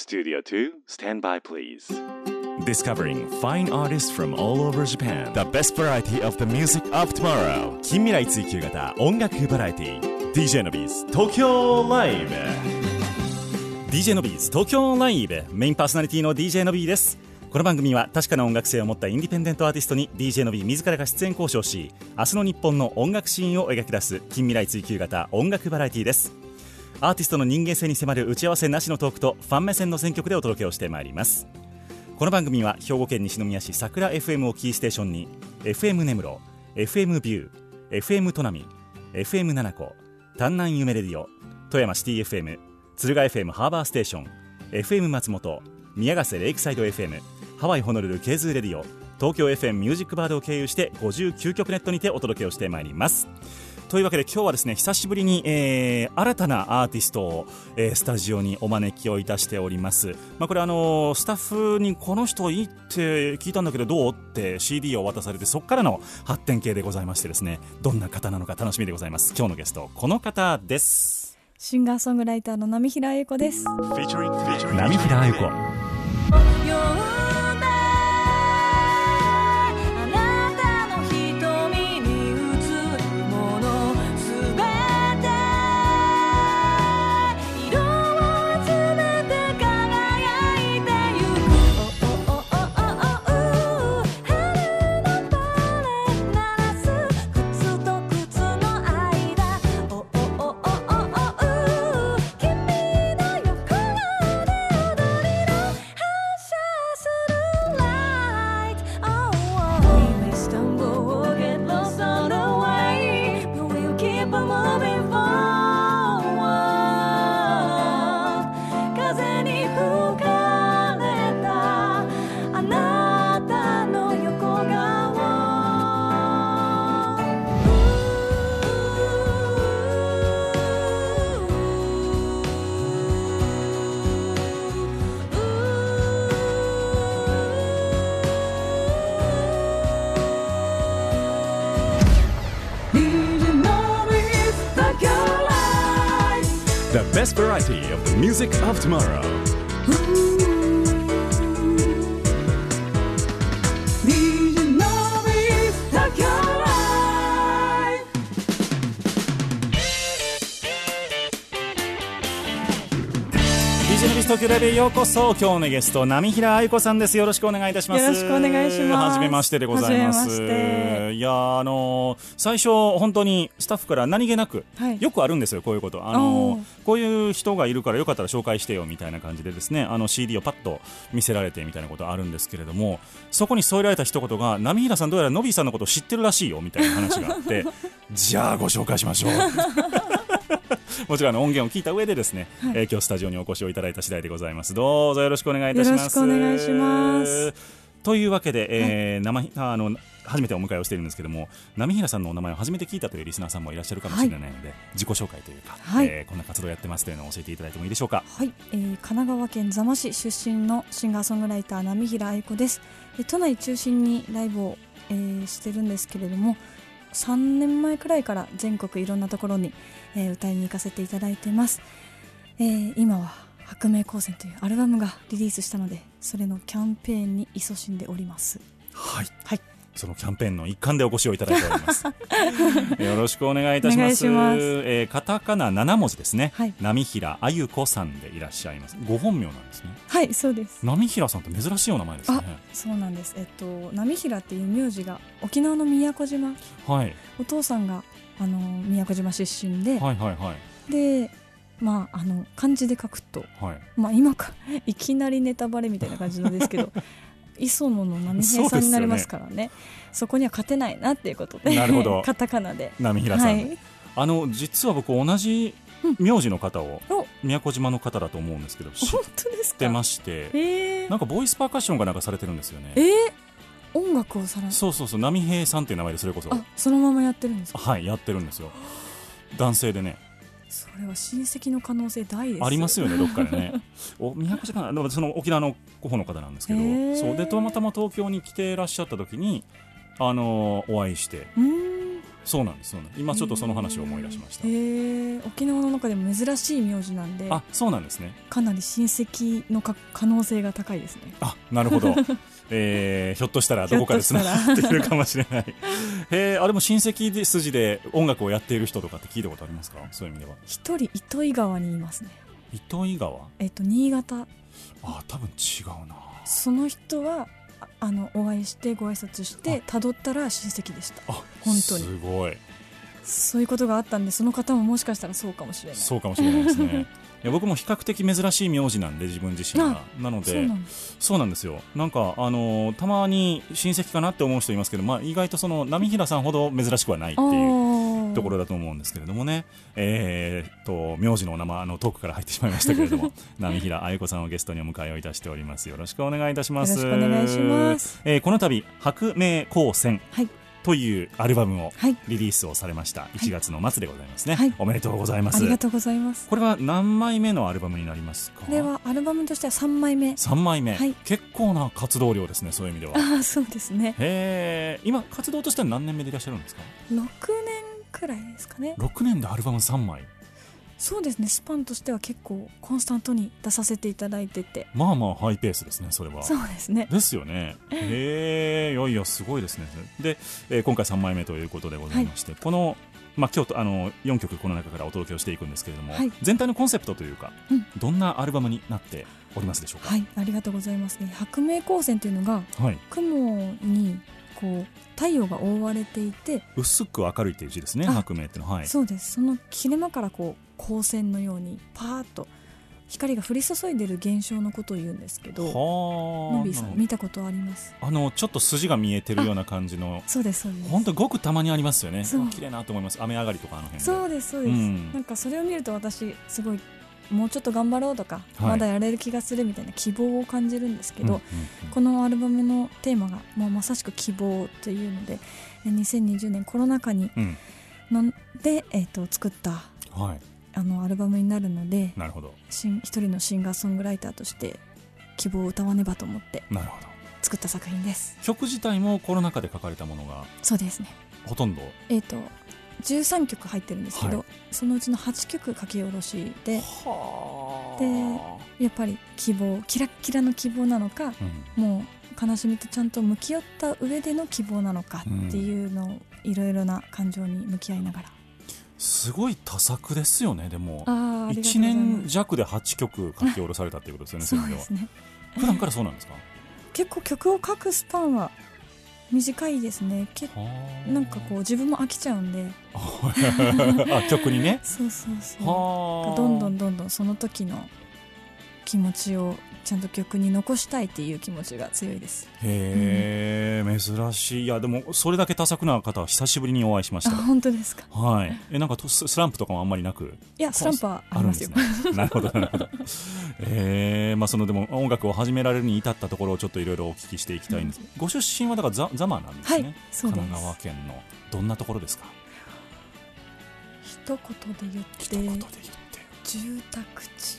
Studio 2, stand by please. Discovering fine artists from all over Japan. The best variety of the music of tomorrow. 近未来追求型音楽バラエティ DJ のビーズ東京ライブ DJ のビーズ東京ライブメインパーソナリティの DJ のビーです。この番組は確かな音楽性を持ったインディペンデントアーティストに DJ のビー自らが出演交渉し、明日の日本の音楽シーンを描き出す近未来追求型音楽バラエティです。アーティストの人間性に迫る打ち合わせなしのトークとファン目線の選曲でお届けをしてまいります。この番組は兵庫県西宮市桜 FM をキーステーションに FM 根室、FM ビュー、FM 砺波、FM 七子、丹南夢レディオ、富山シティ FM、敦賀 FM ハーバーステーション、FM 松本、宮ヶ瀬レイクサイド FM、ハワイホノルルケーズーレディオ、東京 FM ミュージックバードを経由して59曲ネットにてお届けをしてまいります。というわけで今日はですね、久しぶりに、新たなアーティストを、スタジオにお招きをいたしております。これスタッフにこの人いいって聞いたんだけどどうって CD を渡されて、そこからの発展系でございましてですね、どんな方なのか楽しみでございます。今日のゲストこの方です。 シンガーソングライターの浪平愛子です。 浪平愛子。The best variety of the music of tomorrow. DJ のビス東京ライブへようこそ。今日のゲスト浪平愛子さんです。よろしくお願いいたします。 よろしくお願いします。 はじめましてでございます。いや最初本当にスタッフから何気なく、はい、よくあるんですよこういうこと。こういう人がいるからよかったら紹介してよみたいな感じでですね、CD をパッと見せられてみたいなことあるんですけれども、そこに添えられた一言が、浪平さんどうやらのびーさんのことを知ってるらしいよみたいな話があってじゃあご紹介しましょうもちろん音源を聞いた上でですね、はい、今日スタジオにお越しをいただいた次第でございます。どうぞよろしくお願いいたします。 よろしくお願いします。 というわけで、初めてお迎えをしているんですけども、浪平さんのお名前を初めて聞いたというリスナーさんもいらっしゃるかもしれないので、はい、自己紹介というか、はい、こんな活動をやってますというのを教えていただいてもいいでしょうか。 はい、神奈川県座間市出身のシンガーソングライター浪平愛子です。都内中心にライブを、してるんですけれども、3年前くらいから全国いろんなところに、歌いに行かせていただいてます。今は白明光線というアルバムがリリースしたので、それのキャンペーンに勤しんでおります。 はい、はい、そのキャンペーンの一環でお越しをいただいておりますよろしくお願いいたします。カタカナ7文字ですね、はい、浪平愛子さんでいらっしゃいます。ご本名なんですね。 はい、そうです。 浪平さんって珍しいお名前ですね。 そうなんです。浪平っていう名字が沖縄の宮古島、はい、お父さんが宮古島出身で、はいはいはい、で漢字で書くと、はい、今かいきなりネタバレみたいな感じなんですけど磯野の浪平さんになりますから ね、そこには勝てないなっていうことで、なるほどカタカナで浪平さん、はい、実は僕同じ名字の方を、宮古島の方だと思うんですけど、知ってまして、なんかボイスパーカッションがなんかされてるんですよね。 音楽をされる。 そう浪平さんっていう名前で、それこそそのままやってるんですか。 はい、やってるんですよ。男性でね。 それは親戚の可能性大です。 ありますよね、どっかでね宮古島、その沖縄の候補の方なんですけど、そうでたまたま東京に来ていらっしゃった時にお会いして、 そうなんです。今ちょっとその話を思い出しました。 沖縄の中でも珍しい名字なんで、 あ、そうなんですね。 かなり親戚の可能性が高いですね。 あ、なるほど。ひょっとしたらどこかでつながっているかもしれない。でも親戚筋で音楽をやっている人とかって聞いたことありますか？そういう意味では。 一人糸魚川にいますね。 糸魚川？ 新潟。 多分違うな。 その人はお会いしてご挨拶して辿ったら親戚でした。本当にすごい。 そういうことがあったんで、その方ももしかしたらそうかもしれない。 そうかもしれないですね。いや僕も比較的珍しい名字なんで、自分自身が。なのでそうなんですよ。なんかたまに親戚かなって思う人いますけど、意外とその波平さんほど珍しくはないっていうところだと思うんですけれどもね。名字の名前トークから入ってしまいましたけれども波平愛子さんをゲストにお迎えをいたしております。よろしくお願いいたします。 よろしくお願いします。 この度白明高専、 はい、 というアルバムをリリースをされました。1月の末でございますね。 はい、 おめでとうございます。 ありがとうございます。 これは何枚目のアルバムになりますか？ これはアルバムとしては3枚目。 3枚目、 はい、 結構な活動量ですね。そういう意味では。 そうですね。 今活動としては何年目でいらっしゃるんですか ？6年くらいですかね。 6年でアルバム3枚。 そうですね。スパンとしては結構コンスタントに出させていただいてて、 まあハイペースですね。それはそうですね。 ですよね。いやすごいですね。で、今回3枚目ということでございまして、この今日4曲この中からお届けをしていくんですけれども、全体のコンセプトというか、どんなアルバムになっておりますでしょうか？ ありがとうございますね。白明光線というのが、雲にこう太陽が覆われていて薄く明るいという字ですね。白明っていうのは、 そうです。その切れ間から光線のようにパーッと光が降り注いでいる現象のことを言うんですけど、のびさん見たことあります？ ちょっと筋が見えてるような感じの。 そうですそうです。 本当ごくたまにありますよね。綺麗なと思います。雨上がりとか辺で。 そうですそうです、なんかそれを見ると私すごいもうちょっと頑張ろうとか、まだやれる気がするみたいな希望を感じるんですけど、このアルバムのテーマがもうまさしく希望というので、2020年コロナ禍にで、作った、アルバムになるので、 なるほど。 一人のシンガーソングライターとして希望を歌わねばと思って作った作品です。 曲自体もコロナ禍で書かれたものが？そうですね。ほとんど 13曲入ってるんですけど、そのうちの8曲書き下ろしで、やっぱり希望、キラッキラの希望なのか、もう悲しみとちゃんと向き合った上での希望なのかっていうのをいろいろな感情に向き合いながら。 すごい多作ですよね。でも1年弱で8曲書き下ろされたっていうことですよね。そうですね。普段からそうなんですか？ 結構曲を書くスパンは短いですね。なんか自分も飽きちゃうんで曲にね。 そうどんどんその時の気持ちをちゃんと曲に残したいっていう気持ちが強いです。 珍しい。いやでもそれだけ多作な方は久しぶりにお会いしました。 本当ですか？ なんかスランプとかもあんまりなく？ いやスランプはありますよ。 なるほどなるほど。でも音楽を始められるに至ったところをちょっといろいろお聞きしていきたいんです。ご出身はだから座間なんですね。神奈川県のどんなところですか？ 一言で言って住宅地。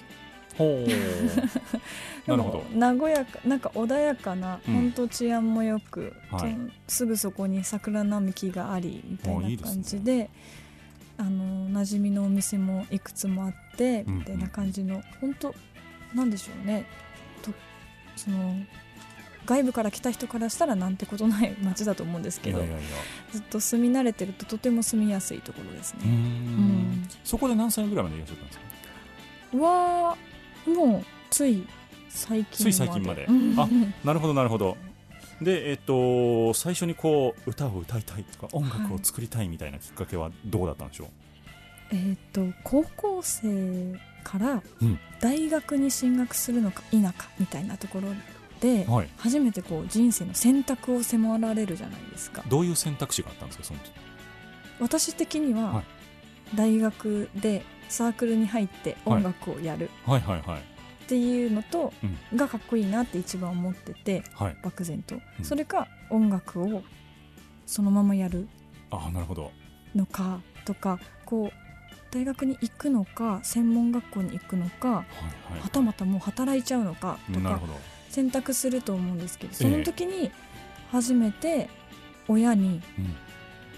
なるほど。和やか、なんか穏やかな、本当治安もよく、すぐそこに桜並木がありみたいな感じで、馴染みのお店もいくつもあってみたいな感じの、本当なんでしょうね。その外部から来た人からしたらなんてことない街だと思うんですけど、ずっと住み慣れてるととても住みやすいところですね。 そこで何歳ぐらいまでいらっしゃったんですか？もうつい最近まで。 なるほどなるほど。で最初に歌を歌いたいとか音楽を作りたいみたいなきっかけはどうだったんでしょう？ 高校生から大学に進学するのか否かみたいなところで、初めて人生の選択を迫られるじゃないですか。 どういう選択肢があったんですか？その時私的には、大学でサークルに入って音楽をやるっていうのと、がかっこいいなって一番思ってて、漠然と、それか音楽をそのままやるのかとか、大学に行くのか専門学校に行くのか、はたまたもう働いちゃうのかとか選択すると思うんですけど、その時に初めて親に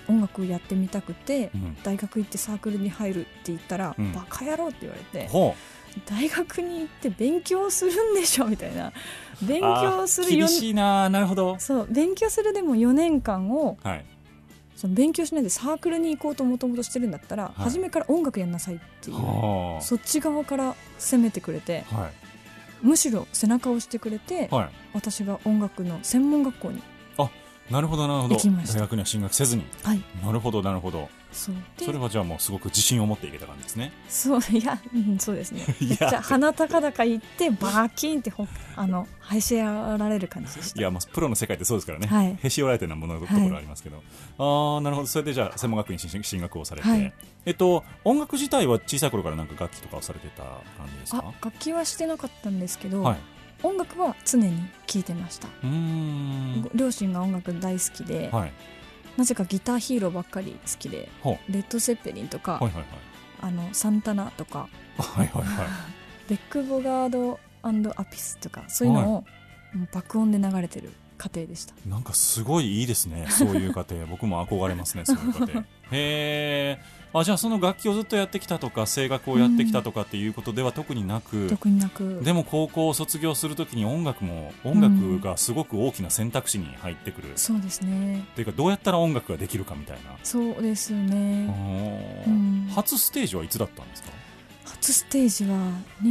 音楽やってみたくて、大学行ってサークルに入るって言ったら、バカ野郎って言われて、大学に行って勉強するんでしょみたいな。勉強する厳しいな。なるほど。 そう、勉強するでも4年間を、その勉強しないでサークルに行こうともともとしてるんだったら、初めから音楽やんなさいっていう、そっち側から攻めてくれて、むしろ背中を押してくれて、私が音楽の専門学校になるほどなるほど。 行きました。 大学には進学せずに、なるほどなるほど。それはじゃあもうすごく自信を持っていけた感じですね。 そう、いや、そうですね。めっちゃ鼻高々行ってバーキンってへし折られる感じでした。 いや、プロの世界ってそうですからね、へし折られてるもののところありますけど、なるほど。それでじゃあ専門学院に進学をされて、音楽自体は小さい頃からなんか楽器とかをされてた感じですか？ 楽器はしてなかったんですけど、音楽は常に聴いてました。両親が音楽大好きで、なぜかギターヒーローばっかり好きで、レッド・セッペリンとか、サンタナとか、ベック・ボガード&アピスとか、そういうのを爆音で流れてる家庭でした。 なんかすごいいいですね、そういう家庭。僕も憧れますね、そういう家庭。へー。じゃあその楽器をずっとやってきたとか、声楽をやってきたとかっていうことでは特になく、でも高校を卒業するときに音楽がすごく大きな選択肢に入ってくる。 そうですね。 というか、どうやったら音楽ができるかみたいな。 そうですね。 初ステージはいつだったんですか？ 初ステージは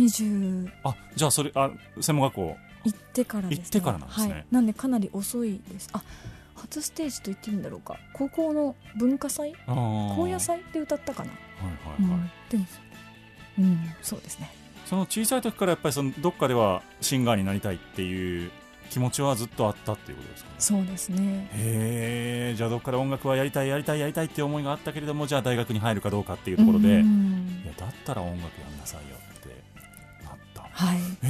20。 じゃあそれ専門学校行ってからですね。 行ってからなんですね。 なんでかなり遅いです。初ステージと言っていいんだろうか。高校の文化祭、高野祭で歌ったかな。でも、そうですね。 その小さい時からやっぱりどっかではシンガーになりたいっていう気持ちはずっとあったっていうことですかね？そうですね。じゃあどっかで音楽はやりたいって思いがあったけれども、じゃあ大学に入るかどうかっていうところで、いやだったら音楽やんなさいよってなった。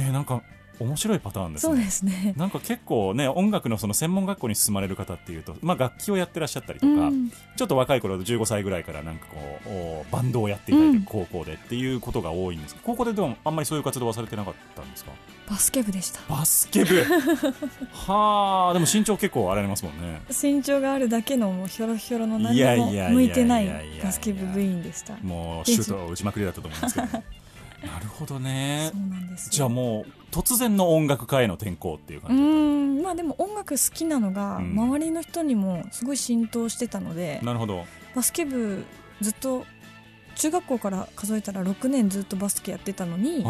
なんか面白いパターンですね。そうですね。なんか結構ね、音楽のその専門学校に進まれる方っていうと、楽器をやってらっしゃったりとか、ちょっと若い頃15歳ぐらいからなんかバンドをやっていたりとか、高校でっていうことが多いんですけど、高校ででもあんまりそういう活動はされてなかったんですか？ バスケ部でした。 バスケ部でも身長結構あられますもんね。身長があるだけのもうひょろひょろの何も向いてないバスケ部部員でした。 もうシュートを打ちまくりだったと思いますけどなるほどね。そうなんです。じゃあもう突然の音楽家への転校っていう感じ。 でも音楽好きなのが周りの人にもすごい浸透してたので、 なるほど。 バスケ部ずっと中学校から数えたら6年ずっとバスケやってたのに、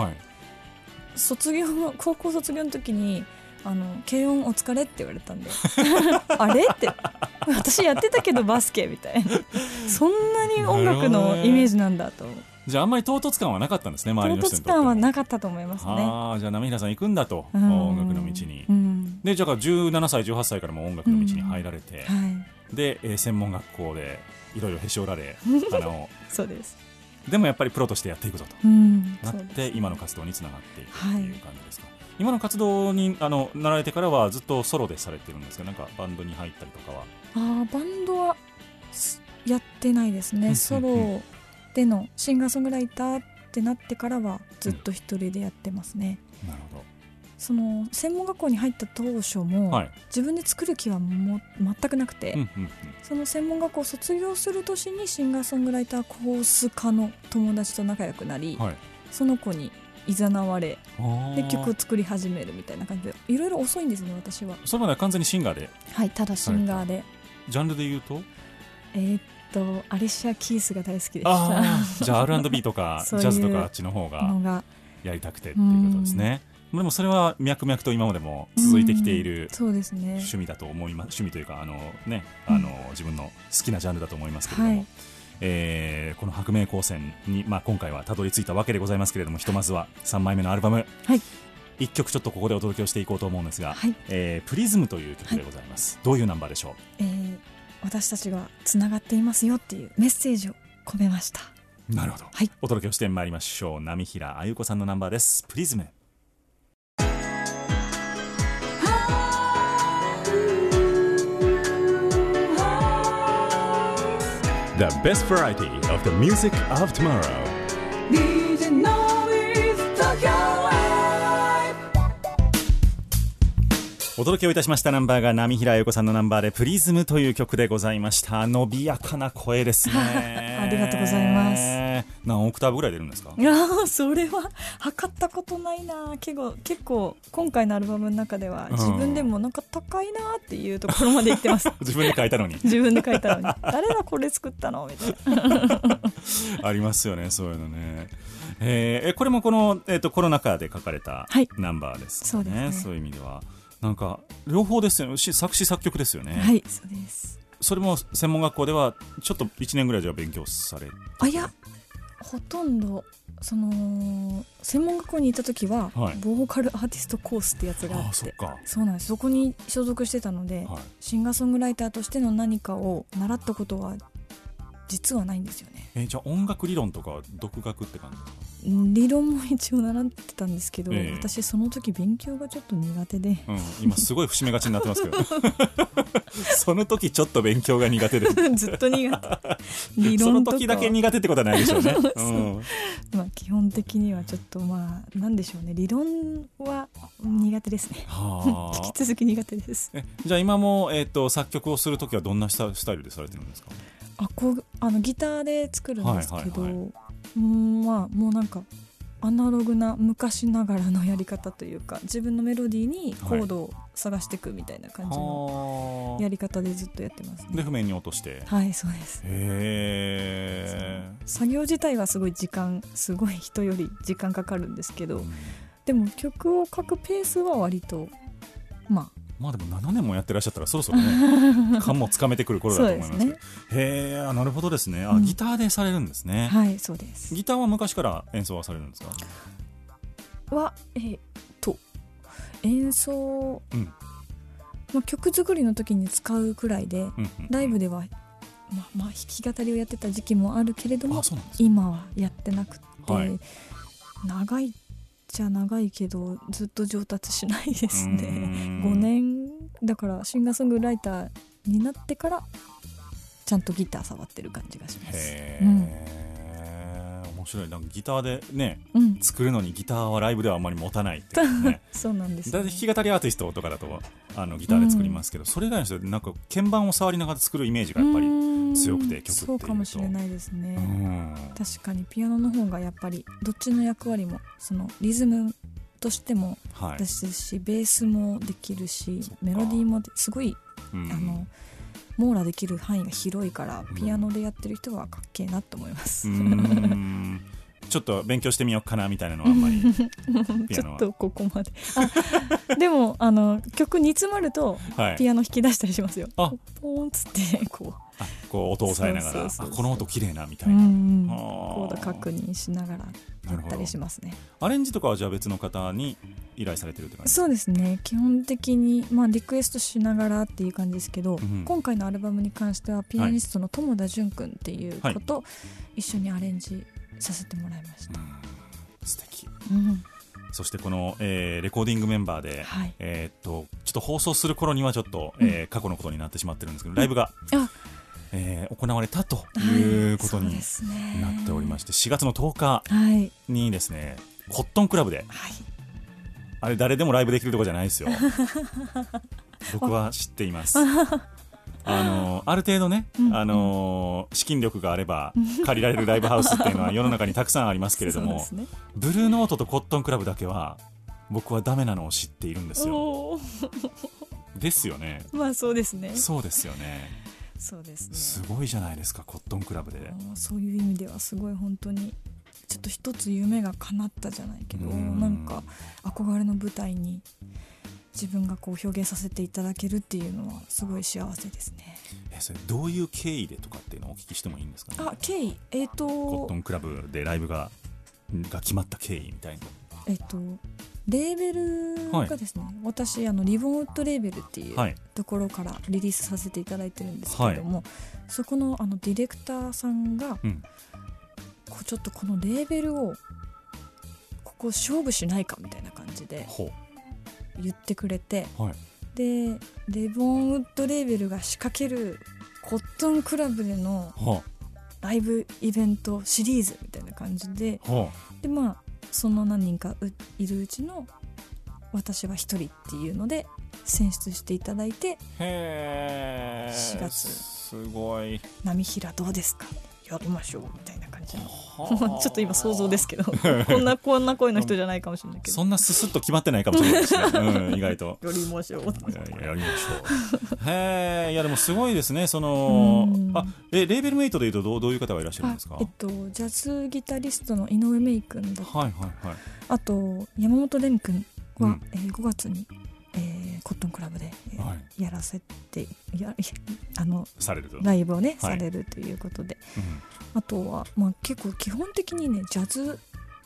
高校卒業の時に軽音お疲れって言われたんであれって私やってたけどバスケみたいなそんなに音楽のイメージなんだと。 じゃああんまり唐突感はなかったんですね、周りの人にとって。 唐突感はなかったと思いますね。 じゃあ波平さん行くんだと、音楽の道に。でじゃあ17歳18歳からも音楽の道に入られて、で、専門学校でいろいろへし折られそうです。 でもやっぱりプロとしてやっていくぞとなって今の活動につながっていくっていう感じですか？今の活動になられてからはずっとソロでされてるんですか？なんかバンドに入ったりとかは。 バンドはやってないですね。ソロでのシンガーソングライターってなってからはずっと一人でやってますね。 なるほど。 その専門学校に入った当初も、自分で作る気は全くなくて、その専門学校を卒業する年にシンガーソングライターコース科の友達と仲良くなり、その子に誘われで曲を作り始めるみたいな感じで、いろいろ遅いんですね私は。 それまでは完全にシンガーで。ただシンガーで。 ジャンルで言うとアリシア・キースが大好きでした。 じゃあ R&B とかジャズとかあっちの方がやりたくてっていうことですね。でもそれは脈々と今までも続いてきている趣味だと思います。趣味というか自分の好きなジャンルだと思いますけれども、この白明高専に、今回はたどり着いたわけでございますけれども、ひとまずは3枚目のアルバム、1曲ちょっとここでお届けをしていこうと思うんですが、プリズムという曲でございます。どういうナンバーでしょう？ 私たちがつながっていますよっていうメッセージを込めました。 なるほど、お届けをしてまいりましょう。波平あゆ子さんのナンバーです。プリズム。 The best variety of the music of tomorrow. DJ Nobis Tokyo Live。お届けをいたしましたナンバーが波平英子さんのナンバーでプリズムという曲でございました。伸びやかな声ですねありがとうございます。 何オクターブぐらい出るんですか？ いやそれは測ったことないな。結構今回のアルバムの中では自分でもなんか高いなっていうところまで言ってます自分で書いたのに自分で書いたのに誰がこれ作ったのみたいなありますよね、そういうのね。これもこの、コロナ禍で書かれたナンバーですね。 そうですね。 そういう意味ではなんか両方ですよね。作詞作曲ですよね。 はい、そうです。それも専門学校ではちょっと1年ぐらいじゃ勉強されあ、いやほとんどその専門学校にいた時は、ボーカルアーティストコースってやつがあって、そうなんです。そこに所属してたので、シンガーソングライターとしての何かを習ったことは実はないんですよね。 じゃあ音楽理論とか独学って感じですか？ 理論も一応習ってたんですけど、私その時勉強がちょっと苦手で、 今すごい節目がちになってますけどその時ちょっと勉強が苦手でずっと苦手理論とかその時だけ苦手ってことはないでしょうねまあ基本的にはちょっとなんでしょうね、理論は苦手ですね引き続き苦手です。 じゃあ今も、作曲をする時はどんなスタイルでされてるんですか？ ギターで作るんですけど、もうなんかアナログな昔ながらのやり方というか、自分のメロディーにコードを探していくみたいな感じのやり方でずっとやってますね。 で譜面に落として。 はい、そうです。作業自体はすごい人より時間かかるんですけど、でも曲を書くペースは割とでも7年もやってらっしゃったらそろそろね感もつかめてくる頃だと思います。 そうですね。なるほどですね。ギターでされるんですね。 はい、そうです。 ギターは昔から演奏はされるんですか？ 演奏、曲作りの時に使うくらいで、ライブでは弾き語りをやってた時期もあるけれども、今はやってなくて、長いじゃ長いけどずっと上達しないですね。5年だからシンガーソングライターになってからちゃんとギター触ってる感じがします。 面白い。なんかギターでね、作るのにギターはライブではあんまり持たないっていうねそうなんですよね。 だって弾き語りアーティストとかだとギターで作りますけど、それ以外の人でなんか鍵盤を触りながら作るイメージがやっぱり強くて、曲っていうとそうかもしれないですね。確かにピアノの方がやっぱりどっちの役割もそのリズムとしてもですし、ベースもできるしメロディーもすごい網羅できる範囲が広いから、ピアノでやってる人はかっけえなと思いますちょっと勉強してみようかなみたいなのはあんまりちょっとここまででも曲煮詰まるとピアノ弾き出したりしますよ。ポーンつってこう音を押さえながら、この音綺麗なみたいな、 コード確認しながらやったりしますね。 アレンジとかはじゃあ別の方に依頼されてるって感じ？そうですね、基本的にリクエストしながらっていう感じですけど、今回のアルバムに関してはピアニストの友田純君っていう子と一緒にアレンジさせてもらいました。 素敵。そしてこの、レコーディングメンバーで、ちょっと放送する頃にはちょっと、過去のことになってしまってるんですけど、ライブが、行われたということになっておりまして、4月の10日にですね、コットンクラブで、あれ誰でもライブできるとこじゃないですよ僕は知っていますある程度ね、資金力があれば借りられるライブハウスっていうのは世の中にたくさんありますけれども、ブルーノートとコットンクラブだけは僕はダメなのを知っているんですよですよね。 そうですね。 そうですよね。 そうですね。 すごいじゃないですか、コットンクラブで。 そういう意味ではすごい本当にちょっと一つ夢が叶ったじゃないけど、なんか憧れの舞台に自分がこう表現させていただけるっていうのはすごい幸せですね。 それどういう経緯でとかっていうのをお聞きしてもいいんですかね？ 経緯、 コットンクラブでライブが決まった経緯みたいな。 レーベルがですね、私リボンウッドレーベルっていうところからリリースさせていただいてるんですけれども、そこのディレクターさんが、ちょっとこのレーベルをここ勝負しないかみたいな感じで言ってくれて、でレボンウッドレーベルが仕掛けるコットンクラブでのライブイベントシリーズみたいな感じで、その何人かいるうちの私は一人っていうので選出していただいて、 へ 4月すごい波平どうですかやりましょうみたいな感じのちょっと今想像ですけどこんな声の人じゃないかもしれないけど、 そんなススッと決まってないかもしれないですね、意外とやりましょうやりましょうへえ、いやでもすごいですね。そのレーベルメイトでいうとどういう方がいらっしゃるんですか？ ジャズギタリストの井上芽衣君だったり、 はいはいはい、 あと山本蓮君は、5月にコットンクラブで、やらせてされるとライブをね、されるということで、あとは、結構基本的にねジャズ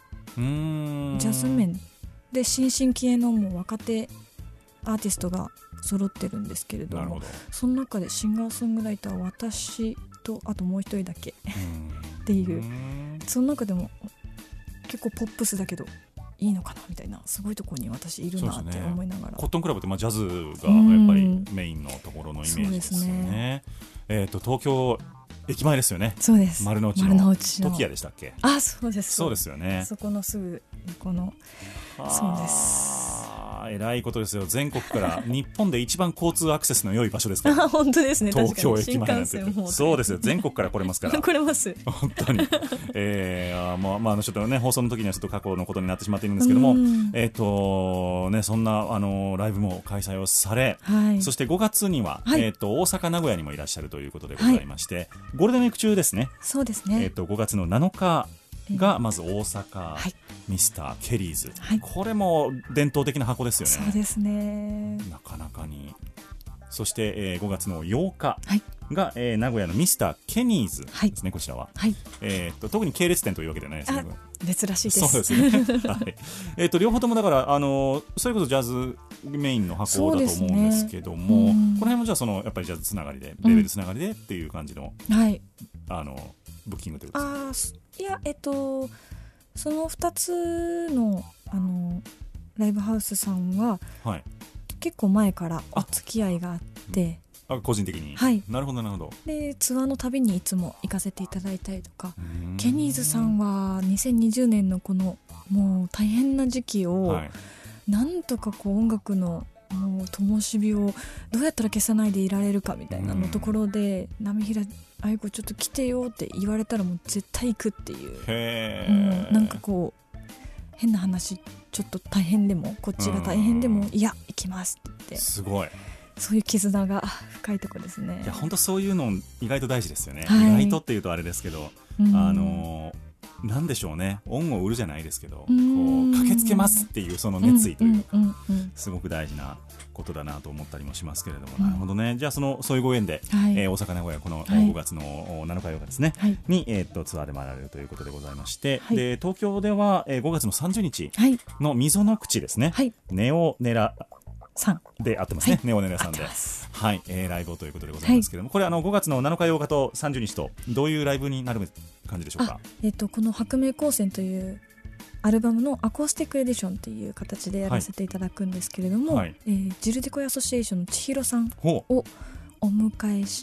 面で新進気鋭のもう若手アーティストが揃ってるんですけれども、その中でシンガーソングライター私とあともう一人だけっていう、その中でも結構ポップスだけどいいのかなみたいな、すごいところに私いるなって思いながら、 コットンクラブってジャズがやっぱりメインのところのイメージですよね。東京駅前ですよね。 そうです。 丸の内の時矢でしたっけ？ あ、そうです。 そうですよね。 そこのすぐ横の、そうです。 えらいことですよ。全国から日本で一番交通アクセスの良い場所ですから本当ですね。 東京駅前なんてそうですよ。全国から来れますから来れます本当にちょっとね放送の時にはちょっと過去のことになってしまっているんですけども、そんなライブも開催をされ、そして5月には、大阪名古屋にもいらっしゃるということでございまして、ゴールデンウィーク中ですね。 そうですね。 5月の7日がまず大阪、ミスターケリーズ、これも伝統的な箱ですよね。 そうですね。 なかなかに。そして、5月の8日が、名古屋のミスターケニーズですね、こちらは、特に系列店というわけではないですけど、 別らしいです。 そうですね、両方ともだからそれこそジャズメインの箱だと思うんですけども、この辺もじゃあやっぱりジャズつながりでレベルつながりでっていう感じの、ブッキングということですか？ いや、その2つの、ライブハウスさんは、結構前からお付き合いがあって、 個人的に、なるほどなるほど。 でツアーのたびにいつも行かせていただいたりとか、ケニーズさんは2020年のこのもう大変な時期を、なんとか音楽のもう灯火をどうやったら消さないでいられるかみたいなのところで、波平愛子ちょっと来てよって言われたらもう絶対行くっていう、なんか変な話、ちょっと大変でもこっちが大変でも、いや行きますって言って、 すごいそういう絆が深いところですね。 いや本当そういうの意外と大事ですよね、意外とっていうとあれですけど、なんでしょうね、恩を売るじゃないですけど、駆けつけますっていうその熱意というか、すごく大事なことだなと思ったりもしますけれども、なるほどね。じゃあそういうご縁で、大阪名古屋この5月の7日8日ですね、に、ツアーで回られるということでございまして、で東京では、5月の30日の溝の口ですね、ネオネラさんで合ってますね、ネオネラさんで、ライブということでございますけれども、これ5月の7日8日と30日とどういうライブになる感じでしょうか？ この白明光線というアルバムのアコースティックエディションという形でやらせていただくんですけれども、ジルデコイアソシエーションの千尋さんをお迎えして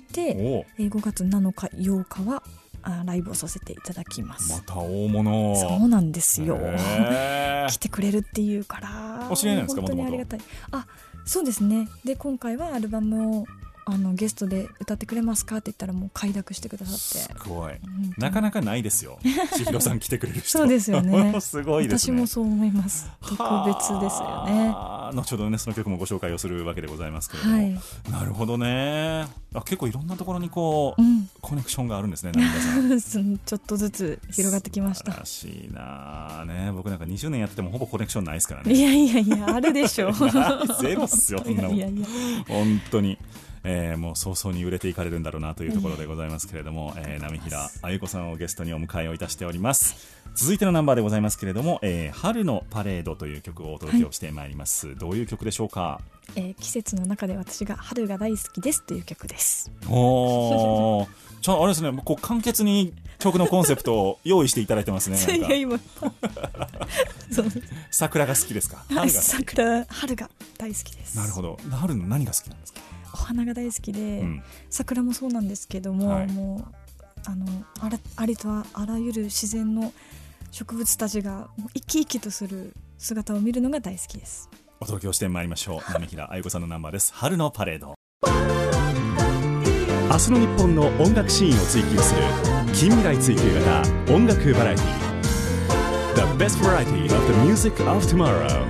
、5月7日8日はライブをさせていただきます。 また大物。 そうなんですよ来てくれるっていうからお知り合いなんですか？ 本当にありがたい。そうですね。で今回はアルバムをゲストで歌ってくれますかって言ったらもう快諾してくださって、 すごい、なかなかないですよ千尋さん来てくれる人そうですよねすごいですね。 私もそう思います。特別ですよね。 後ほどねその曲もご紹介をするわけでございますけれども、なるほどね。結構いろんなところにコネクションがあるんですね、成田さんちょっとずつ広がってきました。 素晴らしいなね。僕なんか20年やっててもほぼコネクションないですからね。 いやあるでしょゼロっすよそんなもん。本当にもう早々に売れていかれるんだろうなというところでございますけれども、波平愛子さんをゲストにお迎えをいたしております。続いてのナンバーでございますけれども、春のパレードという曲をお届けをしてまいります、どういう曲でしょうか？ 季節の中で私が春が大好きですという曲です。 あれですね、簡潔に曲のコンセプトを用意していただいてますね。桜が好きですか？ 春が大好きです。 なるほど。春の何が好きなんですか？ お花が大好きで、桜もそうなんですけども、もうありとあらゆる自然の植物たちが生き生きとする姿を見るのが大好きです。 お届けをしてまいりましょう。浪平愛子さんのナンバーです。春のパレード。明日の日本の音楽シーンを追求する近未来追求型音楽バラエティ The best variety of the music of tomorrow。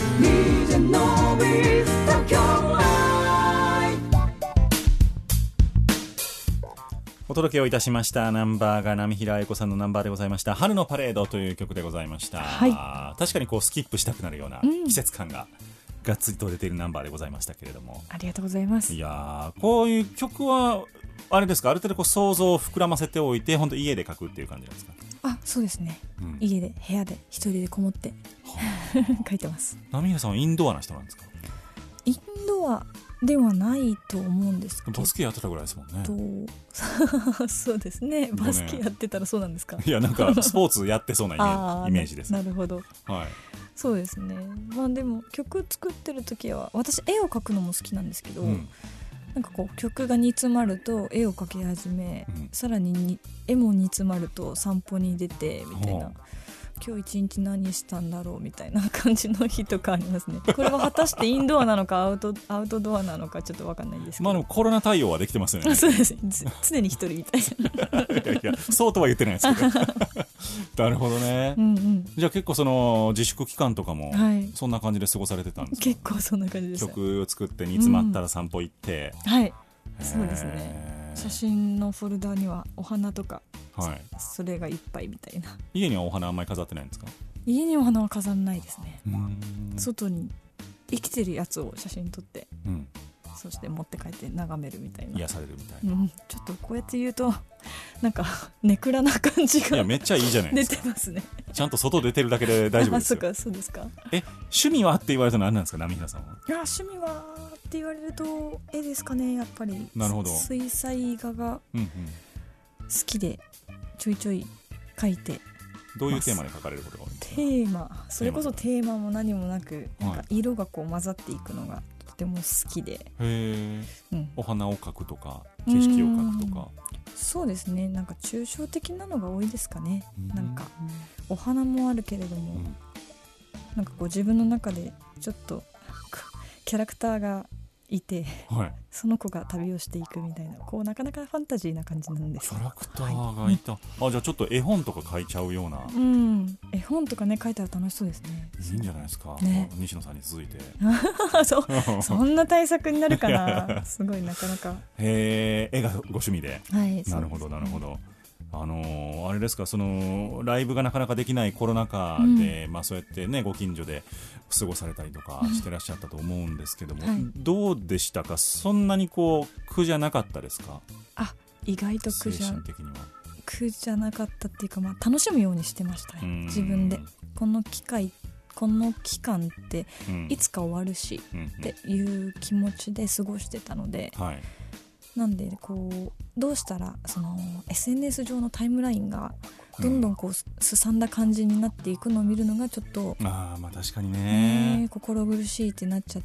お届けをいたしましたナンバーが浪平愛子さんのナンバーでございました。春のパレードという曲でございました、はい、確かにこうスキップしたくなるような季節感ががっつりと出ているナンバーでございましたけれども、 ありがとうございます。 いやこういう曲はあれですか、ある程度こう想像を膨らませておいて本当家で書くっていう感じなんですか？ あ、そうですね、家で部屋で一人でこもって書いてます。 浪平さんはインドアな人なんですか？ インドアではないと思うんですけど、 バスケやってたぐらいですもんね。 そうですね、バスケやってたらそうなんですか？ いやなんかスポーツやってそうなイメージです。 なるほど、 はい、 そうですね。まあでも曲作ってる時は私絵を描くのも好きなんですけど、なんかこう曲が煮詰まると絵を描き始め、さらに絵も煮詰まると散歩に出てみたいな、今日一日何したんだろうみたいな感じの日とかありますね。これは果たしてインドアなのかアウトドアなのかちょっと分かんないですけど、 まあでもコロナ対応はできてますよね。 そうですね、常に一人みたいな。 いやそうとは言ってないですけどなるほどね、じゃあ結構その自粛期間とかもそんな感じで過ごされてたんですか？結構そんな感じです。 曲を作って煮詰まったら散歩行って、 はい、そうですね。写真のフォルダにはお花とか、それがいっぱいみたいな。 家にはお花あんまり飾ってないんですか？ 家にお花は飾らないですね。外に生きてるやつを写真撮って、そして持って帰って眺めるみたいな、 癒されるみたいな、 ちょっとこうやって言うとなんかネクラな感じが、 いやめっちゃいいじゃないですか。 出てますね。ちゃんと外出てるだけで大丈夫ですよ。 そうですか。 趣味はって言われたのは何なんですか、浪平さんは？ いや趣味はって言われると絵ですかね、やっぱり。 なるほど。 水彩画が好きでちょいちょい描いて。 どういうテーマで描かれることが多いんですか？ テーマ、それこそテーマも何もなく、なんか色がこう混ざっていくのがとても好きで。お花を描くとか景色を描くとか。そうですね、なんか抽象的なのが多いですかね。なんかお花もあるけれども、なんかこう自分の中でちょっとキャラクターがいて、その子が旅をしていくみたいな、こうなかなかファンタジーな感じなんです。 キャラクターがいた、じゃあちょっと絵本とか描いちゃうような、 絵本とかね描いたら楽しそうですね。 いいんじゃないですか、西野さんに続いてそんな対策になるかなすごいなかなか。 絵がご趣味で、なるほどなるほど。あれですか、そのライブがなかなかできないコロナ禍で、そうやってねご近所で過ごされたりとかしてらっしゃったと思うんですけども、どうでしたか？そんなにこう苦じゃなかったですか？ 意外と苦じゃなかったっていうか、楽しむようにしてましたね、自分で。この期間っていつか終わるし、っていう気持ちで過ごしてたので、なんでこうどうしたらその SNS 上のタイムラインがどんどんこうすさんだ感じになっていくのを見るのがちょっと確かにね、 心苦しいってなっちゃって、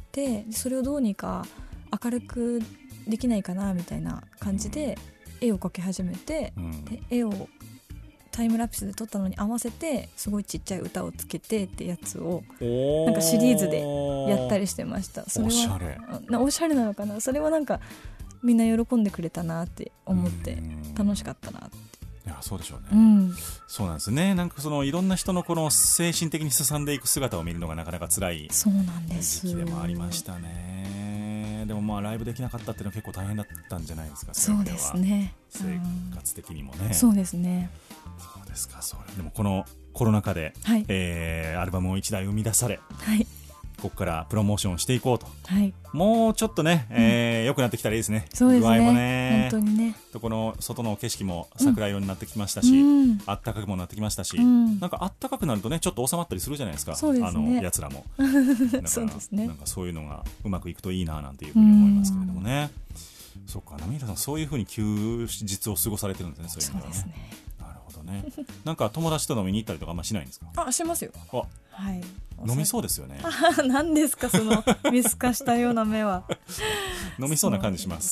それをどうにか明るくできないかなみたいな感じで絵を描き始めて、で絵をタイムラプスで撮ったのに合わせてすごいちっちゃい歌をつけてってやつをなんかシリーズでやったりしてました。それはおしゃれなのかな。それはなんかみんな喜んでくれたなって思って楽しかったなって。 いやそうでしょうね、そうなんですね。なんかそのいろんな人のこの精神的にすさんでいく姿を見るのがなかなか辛い時期でもありましたね。でもライブできなかったっていうのは結構大変だったんじゃないですか？ そうですね、 生活的にもね。 そうですね。 そうですか。でもこのコロナ禍で、アルバムを1台生み出され、ここからプロモーションをしていこうと、もうちょっとね、良くなってきたらいいですね。 そうですね、 具合もね、 本当にね。 この外の景色も桜色になってきましたし、あったかくもなってきましたし、なんかあったかくなるとねちょっと収まったりするじゃないですか。 そうですね、 やつらもそうですね、 なんかそういうのがうまくいくといいななんていうふうに思いますけれどもね。そっか、浪平さんそういうふうに休日を過ごされてるんですね。そういう意味ではね。なるほどね。なんか友達と飲みに行ったりとかあんましないんですか？しますよ。飲みそうですよね。 何ですかその見透かしたような目は。 飲みそうな感じします。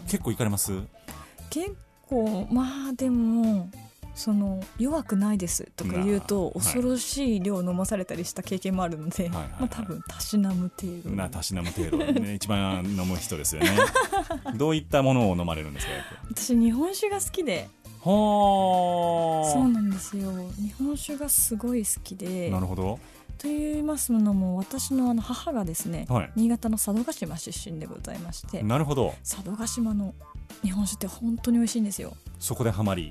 そうなんですよ。 結構行かれます？ 結構でもその弱くないですとか言うと恐ろしい量飲まされたりした経験もあるので、多分たしなむ程度たしなむ程度、ね、一番飲む人ですよねどういったものを飲まれるんですか？ 私日本酒が好きで。そうなんですよ。日本酒がすごい好きで。 なるほど。 と言いますのも私の母がですね、新潟の佐渡島出身でございまして。 なるほど。 佐渡島の日本酒って本当に美味しいんですよ。 そこでハマり、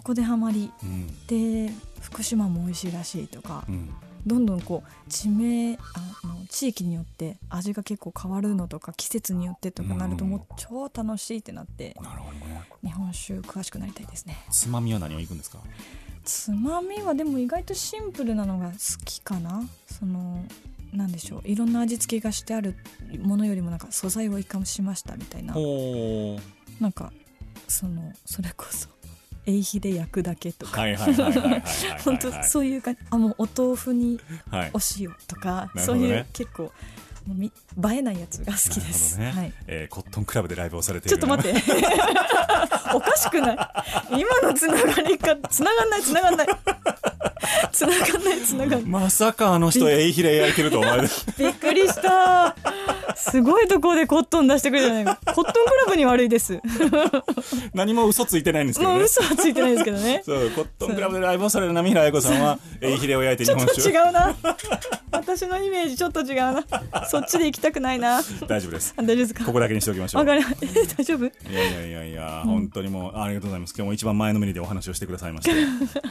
で福島も美味しいらしいとか、どんどんこう地域によって味が結構変わるのとか季節によってとかなるともう超楽しいってなって、 なるほどね、 日本酒詳しくなりたいですね。 つまみは何をいくんですか？ つまみはでも意外とシンプルなのが好きかな。なんでしょう、いろんな味付けがしてあるものよりもなんか素材を生かしましたみたいな、なんかそれこそエイヒで焼くだけとか、本当そういう感じ。もうお豆腐にお塩とか、そういう結構映えないやつが好きです。 コットンクラブでライブをされている。 ちょっと待っておかしくない？今のつながりかつながんないまさかあの人エイヒレ焼いてると思われるびっくりした。すごいところでコットン出してくれるじゃないか。コットンクラブに悪いです何も嘘ついてないんですけどね。 もう嘘はついてないですけどねそうコットンクラブでライブをされる波平愛子さんはエイヒレを焼いて日本酒。 ちょっと違うな私のイメージちょっと違うな。そっちで行きたくないな。 大丈夫です。 大丈夫ですか？ ここだけにしておきましょう。 大丈夫？いや、本当にもうありがとうございます。今日も一番前のめりでお話をしてくださいまして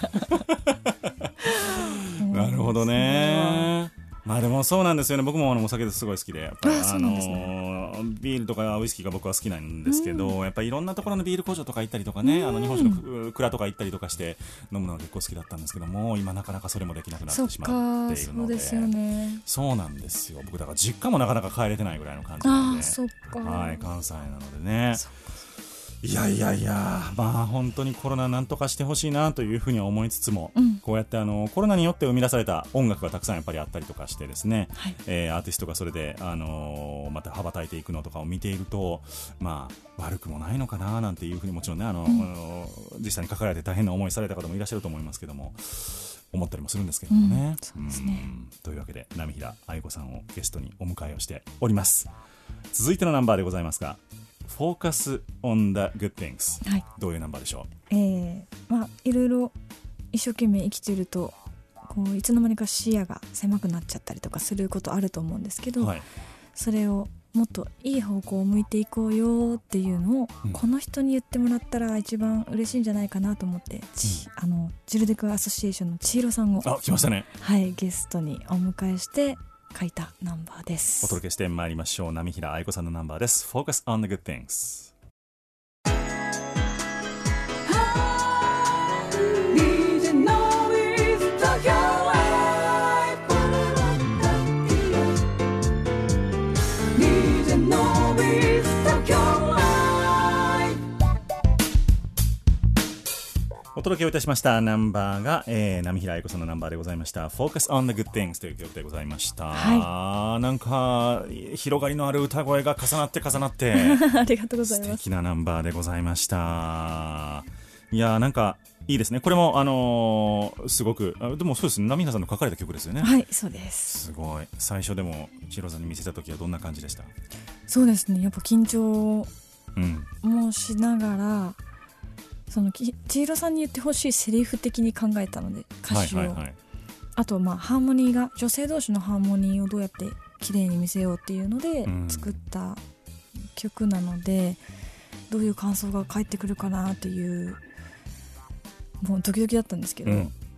なるほどね。まあでもそうなんですよね。僕もお酒すごい好きで、やっぱりビールとかウイスキーが僕は好きなんですけど、やっぱりいろんなところのビール工場とか行ったりとかね、日本酒の蔵とか行ったりとかして飲むのが結構好きだったんですけども、今なかなかそれもできなくなってしまっているので。 そうですよね。 そうなんですよ。僕だから実家もなかなか帰れてないぐらいの感じなので、関西なのでね。いやまあ本当にコロナなんとかしてほしいなというふうには思いつつも、こうやってコロナによって生み出された音楽がたくさんやっぱりあったりとかしてですね、アーティストがそれでまた羽ばたいていくのとかを見ていると、まあ悪くもないのかななんていうふうにもちろんね、実際にかかられて大変な思いされた方もいらっしゃると思いますけども、思ったりもするんですけどもね。 そうですね。 というわけで波平愛子さんをゲストにお迎えをしております。続いてのナンバーでございますが、Focus on the good things、どういうナンバーでしょう？ まあいろいろ一生懸命生きてるとこういつの間にか視野が狭くなっちゃったりとかすることあると思うんですけど、それをもっといい方向を向いていこうよっていうのを、この人に言ってもらったら一番嬉しいんじゃないかなと思って、ジルデクアソシエーションの千尋さんを来ましたね。 ゲストにお迎えして書いたナンバーです。 お届けしてまいりましょう。波平愛子さんのナンバーです。 Focus on the good things。お届けをいたしましたナンバーが、波平愛子さんのナンバーでございました。 Focus on the good things という曲でございました、なんか広がりのある歌声が重なってありがとうございます。 素敵なナンバーでございました。いやなんかいいですね。これもすごくでもそうですね、波平さんの書かれた曲ですよね。 はい、そうです。 すごい。最初でも千尋さんに見せた時はどんな感じでした？ そうですね、やっぱ緊張もしながら、千尋さんに言ってほしいセリフ的に考えたので歌詞を、あとハーモニーが女性同士のハーモニーをどうやって綺麗に見せようっていうので作った曲なので、どういう感想が返ってくるかなっていうもうドキドキだったんですけど、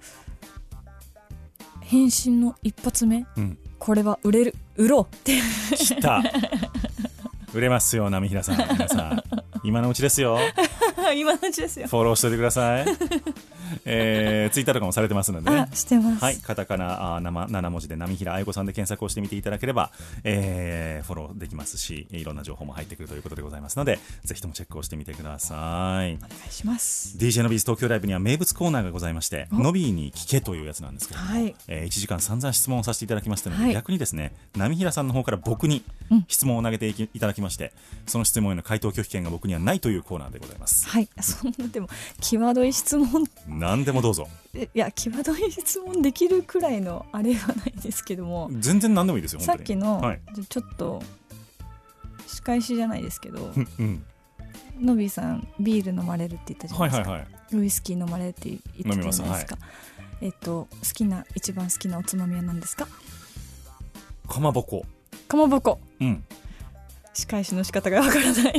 返信の一発目、これは売ろうって来た売れますよ波平さん。皆さん今のうちですよ今のうちですよ。 フォローしておいてくださいツイッターとかもされてますのでね。 してます。 はい、カタカナ7文字で波平愛子さんで検索をしてみていただければ、フォローできますし、いろんな情報も入ってくるということでございますので、ぜひともチェックをしてみてください。 お願いします。 DJ のビーズ東京ライブには名物コーナーがございまして、のびーに聞けというやつなんですけども、1時間散々質問をさせていただきましたので、逆にですね、波平さんの方から僕に質問を投げていただきまして、その質問への回答拒否権が僕にはないというコーナーでございます。 はい、そんなでも際どい質問何でもどうぞ。 いや際どい質問できるくらいのあれはないですけども、 全然何でもいいですよ本当に。 さっきの、 はい、 ちょっと仕返しじゃないですけどうん、 のびーさんビール飲まれるって言ったじゃないですか、 はいはいはい、 ウイスキー飲まれるって言ってたじゃないですか。はい、一番好きなおつまみは何ですか？ かまぼこ。 かまぼこ、 うん、 仕返しの仕方がわからない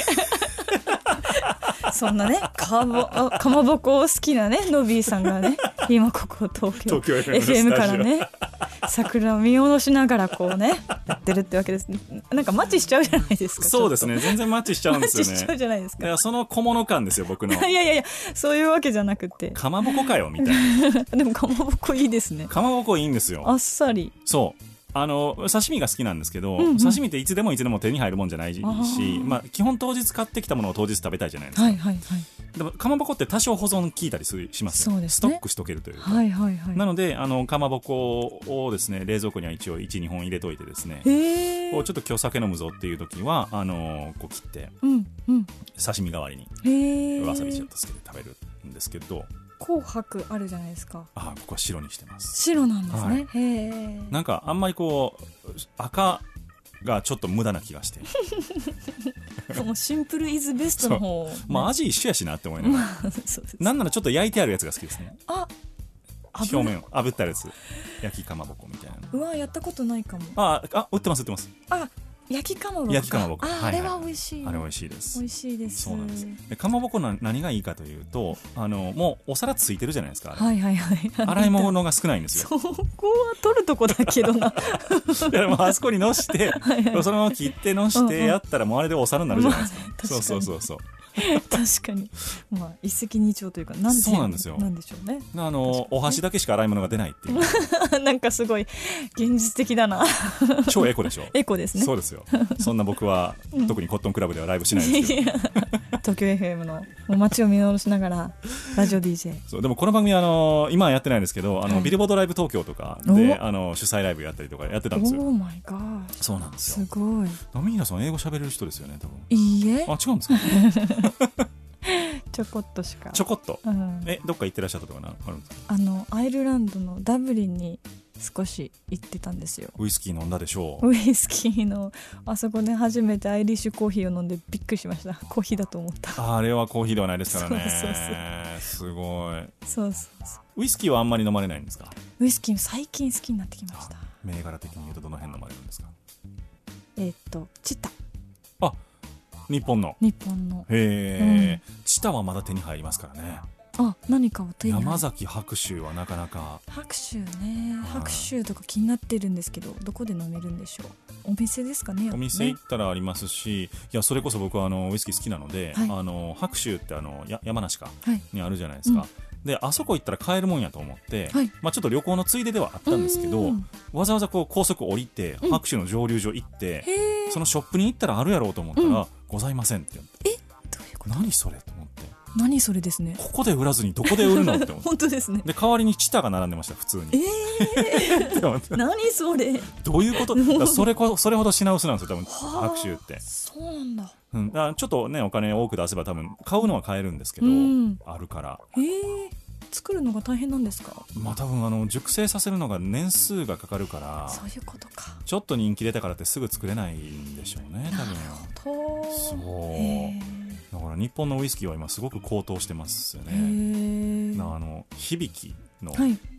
そんなねかまぼこ好きなねのびーさんがね今ここ東京 FM からね桜を見下ろしながらこうねやってるってわけです。なんかマッチしちゃうじゃないですか。 そうですね、全然マッチしちゃうんですよね。 マッチしちゃうじゃないですか。 いやその小物感ですよ僕のいやそういうわけじゃなくて、 かまぼこかよみたいなでもかまぼこいいですね。 かまぼこいいんですよ。 あっさり。そう刺身が好きなんですけど、 うんうん、 刺身っていつでも手に入るもんじゃないし、まあ、基本当日買ってきたものを当日食べたいじゃないですか、はいはいはい、でもかまぼこって多少保存効いたりしますよ。そうですね、ストックしとけるというか、はいはいはい、なのでかまぼこをですね冷蔵庫には一応 1,2 本入れといてですね、こうちょっと今日酒飲むぞっていう時はこう切って、うんうん、刺身代わりにわさびちょっとつけて食べるんですけど、 紅白あるじゃないですか。 あ、僕は白にしてます。 白なんですね、はい、 へなんかあんまりこう赤がちょっと無駄な気がしてもうシンプルイズベストの方、ね、 まあ味一緒やしなって思いながらなんならちょっと焼いてあるやつが好きですね。表面を炙ったやつ、焼きかまぼこみたいな。 うわやったことないかも。 売ってます。 焼きかまぼこ。 焼きかまぼこ。 あれは美味しい。 あれ美味しいです。 美味しいです。 そうなんです。でかまぼこ何がいいかというと、もうお皿ついてるじゃないですか。 はいはいはい。 洗い物が少ないんですよ。 そこは取るとこだけどな。 いやもうあそこにのしてそのまま切ってのしてやったらもうあれでお皿になるじゃないですか。そう。 確かに、まあ、一石二鳥というかそうなんですよ。 なんでしょうね。 お箸だけしか洗い物が出ないっていうなんかすごい現実的だな。 超エコでしょ。 エコですね。 そうですよ。そんな僕は、特にコットンクラブではライブしないですけど東京 FM の街を見下ろしながらラジオ DJ。 そうでもこの番組今はやってないんですけどビルボードライブ東京とかで主催ライブやったりとかやってたんですよ。 オーマイガー。 そうなんですよ。 すごい。 ナミーナさん英語喋れる人ですよね多分。 いいえ。 あ、違うんですかちょこっとしか。 ちょこっと、どっか行ってらっしゃったとかあるんですか？ アイルランドのダブリンに少し行ってたんですよ。 ウイスキー飲んだでしょう。 ウイスキーのあそこで初めてアイリッシュコーヒーを飲んでびっくりしました。コーヒーだと思った。 あれはコーヒーではないですからね。すごい。そうウイスキーはあんまり飲まれないんですか？ ウイスキー最近好きになってきました。 銘柄的に言うとどの辺飲まれるんですか？ チタ。 あ、日本の。へえ、チタはまだ手に入りますからね。 何かを手に入る。 山崎白州はなかなか。 白州ね、白州とか気になってるんですけど、どこで飲めるんでしょう。お店ですかね。 お店行ったらありますし、いやそれこそ僕はウイスキー好きなので、白州って山梨か、にあるじゃないですか、であそこ行ったら買えるもんやと思って、ちょっと旅行のついでではあったんですけど、わざわざこう高速降りて、白州の蒸留所行って、そのショップに行ったらあるやろうと思ったら、ございませんって言って、 どういうこと？ 何それと思って。 何それですね。 ここで売らずにどこで売るのって思って本当ですね。 で代わりにチタが並んでました普通に。 何それ。 どういうことだそれほど品薄なんですよ多分白州って。 そうなんだ。 だからちょっとねお金多く出せば多分買うのは買えるんですけど、あるから。 作るのが大変なんですか？ まあ多分熟成させるのが年数がかかるから。 そういうことか。 ちょっと人気出たからってすぐ作れないんでしょうね多分。 なるほど。 そうだから日本のウイスキーは今すごく高騰してますよね。響の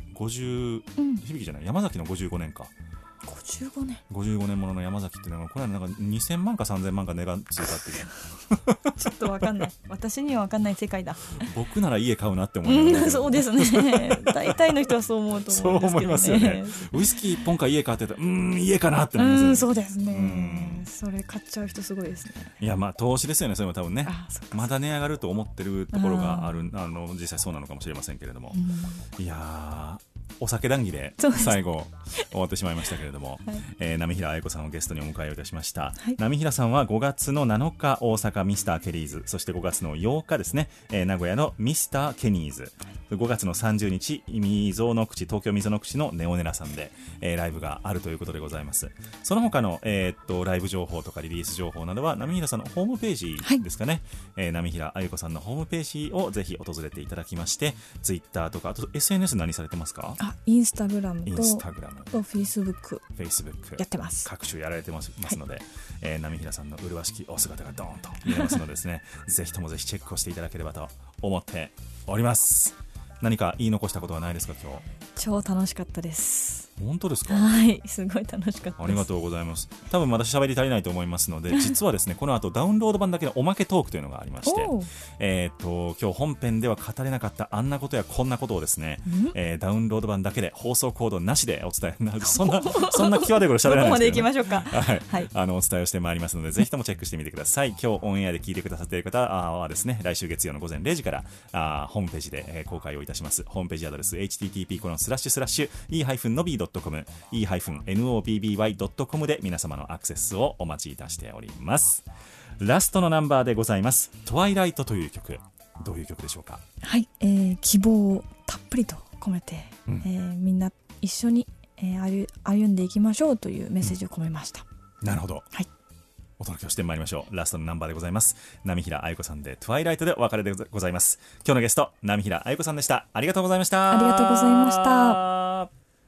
50、響じゃない山崎の55年か。55年ものの山崎っていうのはこれはなんか2000万か3000万か値がついたっていうちょっと分かんない。私には分かんない世界だ。 僕なら家買うなって思います。 そうですね。大体の人はそう思うと思うんですけどね。そう思いますよね。 ウイスキー1本か家買ってたら家かなってなりますよね。 そうですね。それ買っちゃう人すごいですね。 いやまあ投資ですよねそれも多分ね。まだ値上がると思ってるところがある実際そうなのかもしれませんけれども、いやお酒談義で最後終わってしまいましたけれども、波平愛子さんをゲストにお迎えをいたしました、 はい、 波平さんは5月の7日大阪ミスターケリーズ、そして5月の8日ですね、名古屋のミスターケニーズ、5月の30日溝の口、東京溝の口のネオネラさんで、ライブがあるということでございます。その他の、ライブ情報とかリリース情報などは波平さんのホームページですかね、波平愛子さんのホームページをぜひ訪れていただきまして、ツイッターとかあと SNS 何されてますか？ インスタグラムとフェイスブックやってます。 各種やられてますので、波平さんの麗しきお姿がドーンと見えますのでですねぜひともぜひチェックをしていただければと思っております。何か言い残したことはないですか？今日超楽しかったです。 本当ですか？ はい、すごい楽しかったです。 ありがとうございます。多分まだ喋り足りないと思いますので実はですねこの後ダウンロード版だけのおまけトークというのがありまして、今日本編では語れなかったあんなことやこんなことをですね、ダウンロード版だけで放送コードなしでお伝えなるそんな際どいこと喋らないんですけど、ね、どこまで行きましょうか。はい、お伝えをしてまいりますのでぜひともチェックしてみてください。今日オンエアで聞いてくださっている方はですね来週月曜の午前0時からホームページで、公開をいたします。ホームページアドレス http://e-nobby.com e-nobby.com で皆様のアクセスをお待ちいたしております。ラストのナンバーでございます。トワイライトという曲、どういう曲でしょうか？ はい、希望をたっぷりと込めて、みんな一緒に、歩んでいきましょうというメッセージを込めました。 なるほど、はい、お届けをしてまいりましょう。ラストのナンバーでございます。波平愛子さんでトワイライトでお別れでございます。今日のゲスト波平愛子さんでした。ありがとうございました。 ありがとうございました。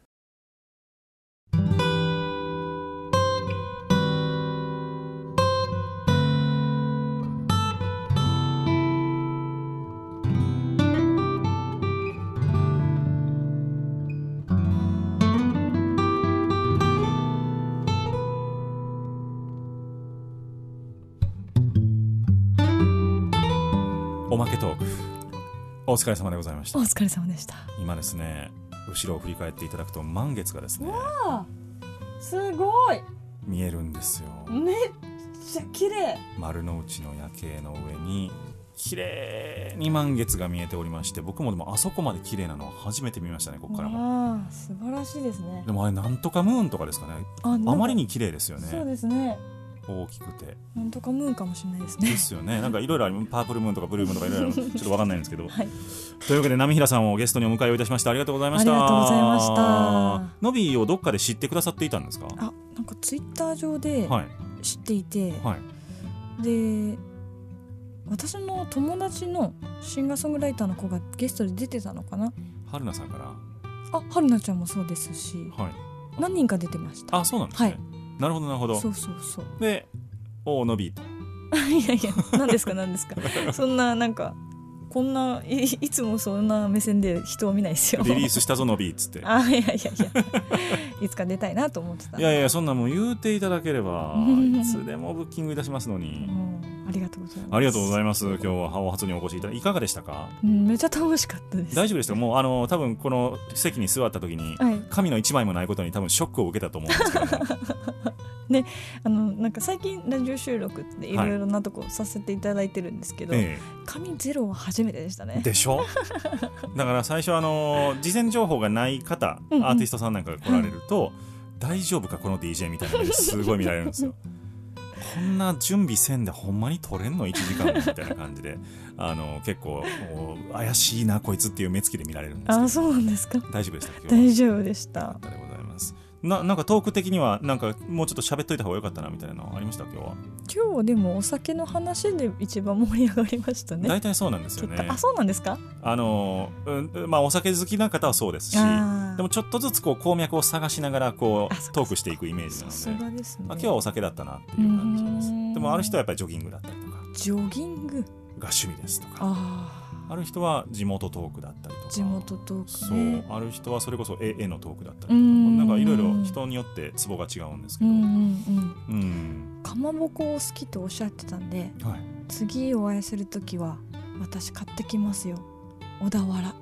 おまけトークお疲れ様でございました。 お疲れ様でした。 今ですね後ろを振り返っていただくと満月がですねすごい見えるんですよ。 めっちゃ綺麗。 丸の内の夜景の上に綺麗に満月が見えておりまして、僕もでもあそこまで綺麗なのは初めて見ましたね。ここからも素晴らしいですね。 でもあれなんとかムーンとかですかね。あまりに綺麗ですよね。 そうですね、 大きくてなんとかムーンかもしれないですね。 ですよね。なんかいろいろあるパープルムーンとかブルームーンとかいろいろちょっと分かんないんですけど、 はい、 というわけで波平さんをゲストにお迎えをいたしました。ありがとうございました。 ありがとうございました。 ノビーをどっかで知ってくださっていたんですか？ なんかツイッター上で知っていて、はい、で私の友達のシンガーソングライターの子がゲストで出てたのかな。 春菜さんから、 春菜ちゃんもそうですし、はい、何人か出てました。 そうなんですね、はい、なるほどなるほど。 そうでノビーといや何ですか何ですかそんななんかこんないつもそんな目線で人を見ないですよ。 リリースしたぞノビーっつっていやいつか出たいなと思ってた。 いやそんなもう言うていただければいつでもブッキングいたしますのにありがとうございます。 ありがとうございます。今日はお初にお越しいただいていかがでしたか？ めちゃ楽しかったです。 大丈夫でしたか？もう多分この席に座った時に、はい、紙の一枚もないことに多分ショックを受けたと思うんですけどもね、なんか最近ラジオ収録っていろいろなとこさせていただいてるんですけど、紙ゼロは初めてでしたね。 でしょだから最初事前情報がない方、アーティストさんなんかが来られると、大丈夫かこの DJ みたいなのですごい見られるんですよこんな準備せんでほんまに撮れんの1時間みたいな感じで結構怪しいなこいつっていう目つきで見られるんですけど。 そうなんですか？ 大丈夫でした？ 大丈夫でした。 でございます。なんかトーク的にはなんかもうちょっと喋っといた方が良かったなみたいなのありました？今日はでもお酒の話で一番盛り上がりましたね。 大体そうなんですよね。 そうなんですか？ お酒好きな方はそうですし、でもちょっとずつ鉱脈を探しながらトークしていくイメージなので、 さすがですね。 今日はお酒だったなっていう感じです。でもある人はやっぱりジョギングだったりとか、 ジョギングが趣味ですとか、ある人は地元トークだったりとか、 地元トーク、ね、 そうある人はそれこそ絵のトークだったりとか、なんかいろいろ人によってツボが違うんですけど、 かまぼこを好きとおっしゃってたんで、はい、次お会いするときは私買ってきますよ。小田原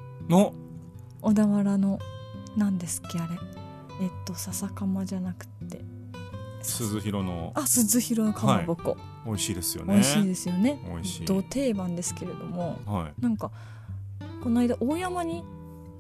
の何ですっけあれ、笹かまじゃなくて鈴廣のかまぼこ、 美味しいですよね。 美味しいですよね。 美味しい。 ど定番ですけれども、 はい、 なんかこの間大山に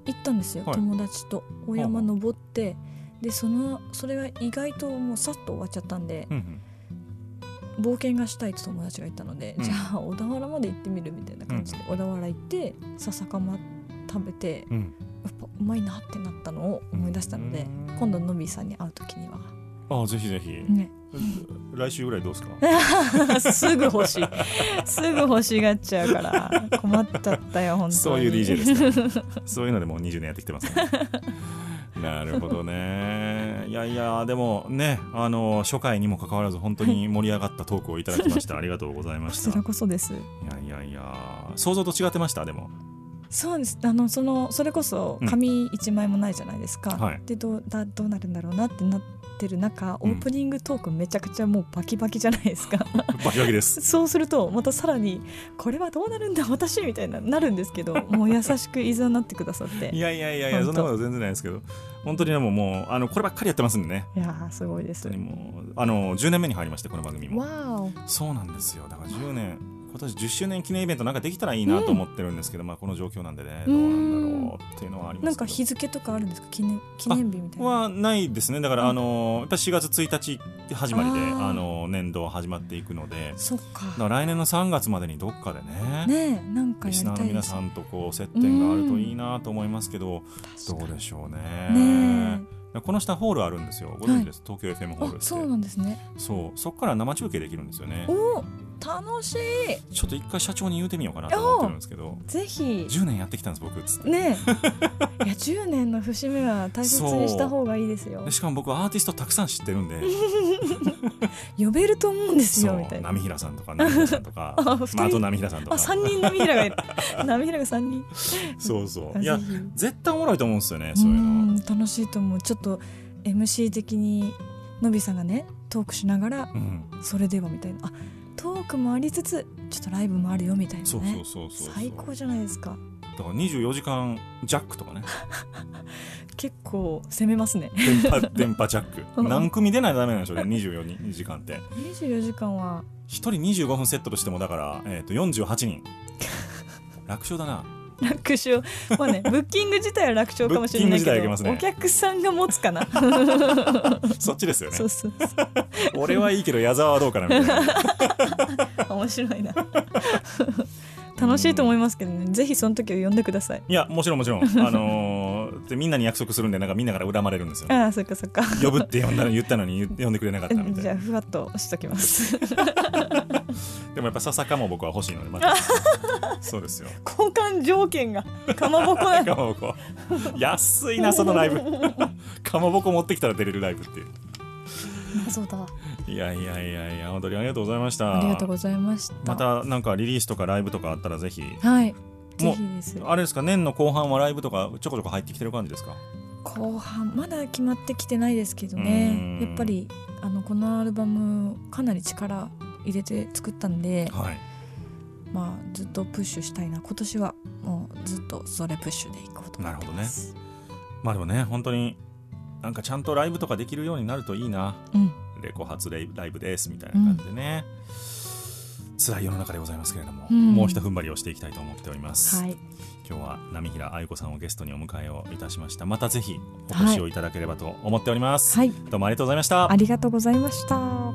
行ったんですよ、友達と大山登って、でそれは意外ともうさっと終わっちゃったんで、冒険がしたいと友達が言ったので、じゃあ小田原まで行ってみるみたいな感じで、小田原行って笹かま食べて、やっぱうまいなってなったのを思い出したので、今度のびさんに会う時にはぜひぜひ、来週ぐらいどうですか？ すぐ欲しがっちゃうから困っちゃったよ本当に。 そういう DJ ですか？そういうのでもう20年やってきてますね。なるほどね。いやでもね、初回にもかかわらず本当に盛り上がったトークをいただきました。ありがとうございました。 こちらこそです。 いや想像と違ってました。でもそうです。それこそ紙一枚もないじゃないですか、でどうなるんだろうなってなってる中、オープニングトークめちゃくちゃもうバキバキじゃないですか。 バキバキです。 そうするとまたさらにこれはどうなるんだ私みたいなるんですけど、もう優しくいざなってくださっていやそんなこと全然ないですけど、本当にもうこればっかりやってますんでね。 いやすごいです。 本当にもう10年目に入りまして、この番組も。 わー。 そうなんですよ。だから10年、今年10周年記念イベントなんかできたらいいなと思ってるんですけど、この状況なんでね、どうなんだろうっていうのはありますけど。 なんか日付とかあるんですか？記念日みたいなはないですね。だからやっぱ4月1日始まりで年度始まっていくので、 そっか。 だから来年の3月までにどっかでね、 なんかやりたいです。 リスナーの皆さんと接点があるといいなと思いますけど、どうでしょうね。この下ホールあるんですよ。ご存知です？東京 FM ホールって。 そうなんですね。 そこから生中継できるんですよね。 楽しい。 ちょっと一回社長に言うてみようかなと思ってるんですけど、 ぜひ。 10年やってきたんです僕つってね。いや10年の節目は大切にした方がいいですよ。 しかも僕アーティストたくさん知ってるんで呼べると思うんですよみたいな。 波平さんとか波平さんとかあと波平さんとか 3人波平がいる。波平が3人。 そういや絶対おもろいと思うんですよね。そういうの楽しいと思う。ちょっと MC 的にのびさんがねトークしながら、それではみたいな、トークもありつつちょっとライブもあるよみたいなね。そう最高じゃないですか。 だから24時間ジャックとかね。 結構攻めますね。 電波ジャック何組出ないとダメなんでしょうね。24時間って 24時間は 1人25分セットとしてもだから、48人楽勝だな。 楽勝。ブッキング自体は楽勝かもしれないけど、お客さんが持つかな。 そっちですよね。 そう俺はいいけど矢沢はどうかなみたいな。 面白いな。楽しいと思いますけどね。ぜひその時を呼んでください。 いやもちろんでみんなに約束するんで、なんかみんなから恨まれるんですよ、 ね。そっか呼ぶって言ったのに呼んでくれなかったみたいな。 じゃあふわっとしときます。 でもやっぱ笹かも僕は欲しいので、またそうですよ。 交換条件がかまぼこだ。 かまぼこ安いなそのライブ。かまぼこ持ってきたら出れるライブっていう。 そうだ。 いや本当にありがとうございました。 ありがとうございました。 またなんかリリースとかライブとかあったらぜひ。 ぜひです。 あれですか、年の後半はライブとかちょこちょこ入ってきてる感じですか？ 後半まだ決まってきてないですけどね。やっぱりこのアルバムかなり力入れて作ったんで、ずっとプッシュしたいな。今年はもうずっとそれプッシュでいこうと思ってます。 なるほどね。でもね、本当になんかちゃんとライブとかできるようになるといいな。レコ発ライブですみたいな感じでね。辛い世の中でございますけれども、もう一踏ん張りをしていきたいと思っております。今日は波平愛子さんをゲストにお迎えをいたしました。またぜひお越しをいただければと思っております。どうもありがとうございました。 ありがとうございました。